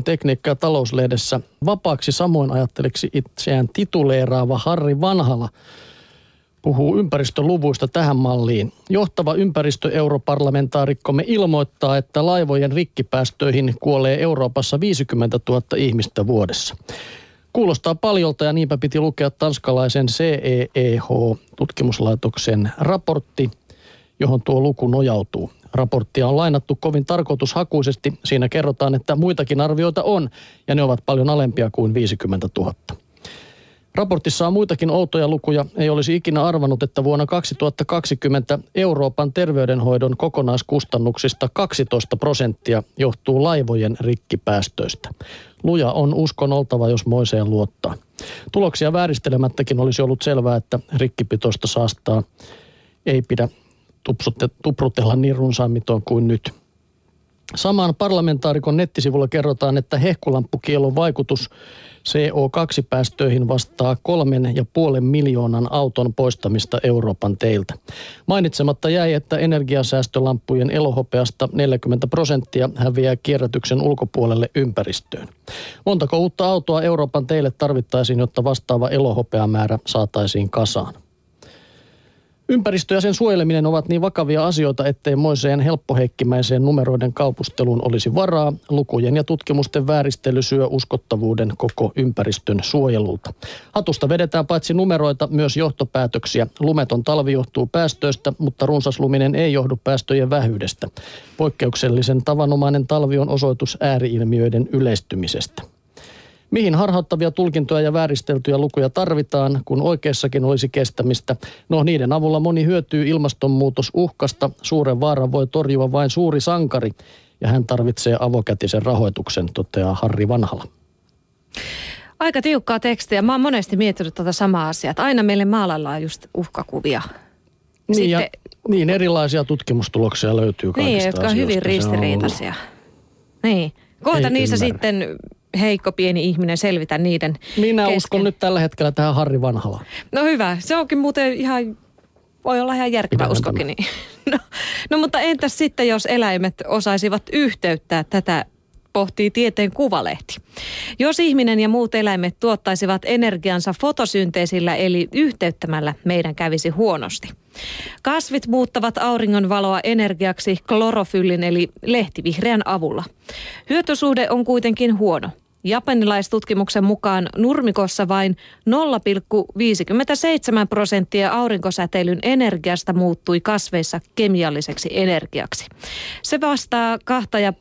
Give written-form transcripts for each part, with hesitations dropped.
tekniikka- ja talouslehdessä vapaaksi samoin ajatteleksi itseään tituleeraava Harri Vanhala puhuu ympäristöluvuista tähän malliin. Johtava ympäristöeuroparlamentaarikkomme ilmoittaa, että laivojen rikkipäästöihin kuolee Euroopassa 50 000 ihmistä vuodessa. Kuulostaa paljolta ja niinpä piti lukea tanskalaisen CEEH-tutkimuslaitoksen raportti, johon tuo luku nojautuu. Raporttia on lainattu kovin tarkoitushakuisesti. Siinä kerrotaan, että muitakin arvioita on ja ne ovat paljon alempia kuin 50 000. Raportissa on muitakin outoja lukuja. Ei olisi ikinä arvannut, että vuonna 2020 Euroopan terveydenhoidon kokonaiskustannuksista 12% johtuu laivojen rikkipäästöistä. Luja on uskon oltava, jos Moiseen luottaa. Tuloksia vääristelemättäkin olisi ollut selvää, että rikkipitoista saastaa ei pidä tuprutella niin runsaamitoon kuin nyt. Samaan parlamentaarikon nettisivulla kerrotaan, että hehkulampukielon vaikutus CO2-päästöihin vastaa 3,5 miljoonan auton poistamista Euroopan teiltä. Mainitsematta jäi, että energiasäästölampujen elohopeasta 40% häviää kierrätyksen ulkopuolelle ympäristöön. Montako uutta autoa Euroopan teille tarvittaisiin, jotta vastaava elohopeamäärä saataisiin kasaan? Ympäristö ja sen suojeleminen ovat niin vakavia asioita, ettei Moiseen helppoheikkimäiseen numeroiden kaupusteluun olisi varaa. Lukujen ja tutkimusten vääristely syö uskottavuuden koko ympäristön suojelulta. Hatusta vedetään paitsi numeroita myös johtopäätöksiä. Lumeton talvi johtuu päästöistä, mutta runsasluminen ei johdu päästöjen vähyydestä. Poikkeuksellisen tavanomainen talvi on osoitus ääriilmiöiden yleistymisestä. Mihin harhauttavia tulkintoja ja vääristeltyjä lukuja tarvitaan, kun oikeassakin olisi kestämistä? No niiden avulla moni hyötyy ilmastonmuutosuhkasta. Suuren vaaran voi torjua vain suuri sankari ja hän tarvitsee avokätisen rahoituksen, toteaa Harri Vanhala. Aika tiukkaa tekstiä. Mä oon monesti miettinyt tätä samaa asiaa, että aina meille maalaillaan just uhkakuvia. Niin, erilaisia tutkimustuloksia löytyy kaikista niin, jotka on asioista. hyvin ristiriitaisia. Niin. Kohta niissä sitten heikko pieni ihminen selvitä niiden Minä kesken. uskon nyt tällä hetkellä tähän Harri Vanhalaan. No hyvä, se onkin muuten voi olla ihan järkevä uskokin. Niin. No mutta entäs sitten, jos eläimet osaisivat yhteyttää tätä, pohtii Tieteen Kuvalehti. Jos ihminen ja muut eläimet tuottaisivat energiansa fotosynteesillä eli yhteyttämällä, meidän kävisi huonosti. Kasvit muuttavat auringonvaloa energiaksi klorofyllin eli lehtivihreän avulla. Hyötysuhde on kuitenkin huono. Japanilaistutkimuksen mukaan nurmikossa vain 0,57% aurinkosäteilyn energiasta muuttui kasveissa kemialliseksi energiaksi. Se vastaa 2,5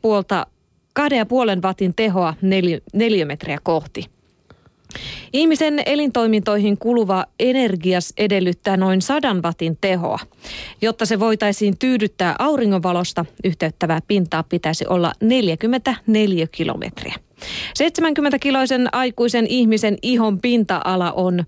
watin tehoa neliömetriä kohti. Ihmisen elintoimintoihin kuluva energias edellyttää noin 100 watin tehoa. Jotta se voitaisiin tyydyttää auringonvalosta, yhteyttävää pintaa pitäisi olla 44 kilometriä. 70-kiloisen aikuisen ihmisen ihon pinta-ala on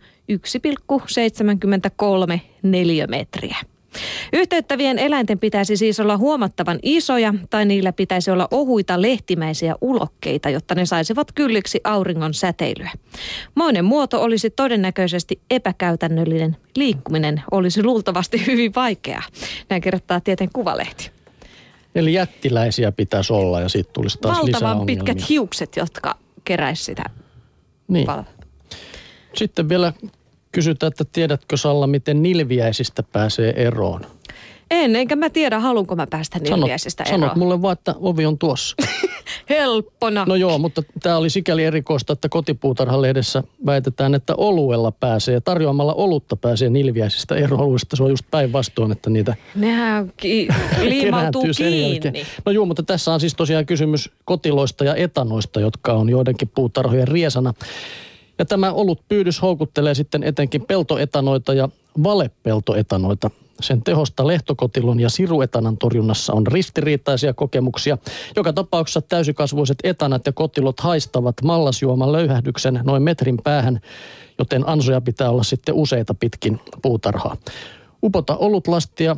1,73 neliömetriä. Yhteyttävien eläinten pitäisi siis olla huomattavan isoja tai niillä pitäisi olla ohuita lehtimäisiä ulokkeita, jotta ne saisivat kylliksi auringon säteilyä. Moinen muoto olisi todennäköisesti epäkäytännöllinen. Liikkuminen olisi luultavasti hyvin vaikeaa. Näin kirjoittaa Tieteen Kuvalehti. Eli jättiläisiä pitäisi olla ja siitä tulisi taas lisää ongelmia. Valtavan pitkät hiukset, jotka keräisi sitä valvetta. Sitten vielä kysytään, että tiedätkö Salla, miten nilviäisistä pääsee eroon? Enkä mä tiedä, haluanko mä päästä nilviäisistä eroon. Sanot mulle vaan, että ovi on tuossa. Helppona. No joo, mutta tämä oli sikäli erikoista, että Kotipuutarha-lehdessä väitetään, että oluella pääsee, tarjoamalla olutta pääsee nilviäisistä eroon. Oluista se on just päinvastoin, että niitä nehän liimautuu kiinni. No joo, mutta tässä on siis tosiaan kysymys kotiloista ja etanoista, jotka on joidenkin puutarhojen riesana. Ja tämä olutpyydys houkuttelee sitten etenkin peltoetanoita ja valepeltoetanoita. Sen tehosta lehtokotilon ja siruetanan torjunnassa on ristiriitaisia kokemuksia. Joka tapauksessa täysikasvuiset etanat ja kotilot haistavat mallasjuoman löyhähdyksen noin metrin päähän, joten ansoja pitää olla sitten useita pitkin puutarhaa. Upota olutlastia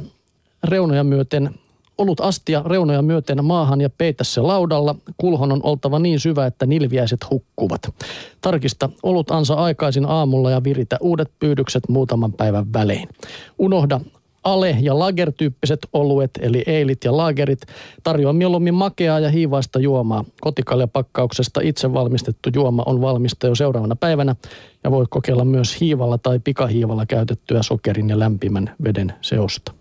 olutastia reunoja myöten maahan ja peitä se laudalla. Kulhon on oltava niin syvä, että nilviäiset hukkuvat. Tarkista olutansa aikaisin aamulla ja viritä uudet pyydykset muutaman päivän välein. Unohda Ale- ja lager-tyyppiset oluet, eli eilit ja lagerit, tarjoaa mieluummin makeaa ja hiivaista juomaa. Kotikaljapakkauksesta itse valmistettu juoma on valmista jo seuraavana päivänä ja voi kokeilla myös hiivalla tai pikahiivalla käytettyä sokerin ja lämpimän veden seosta.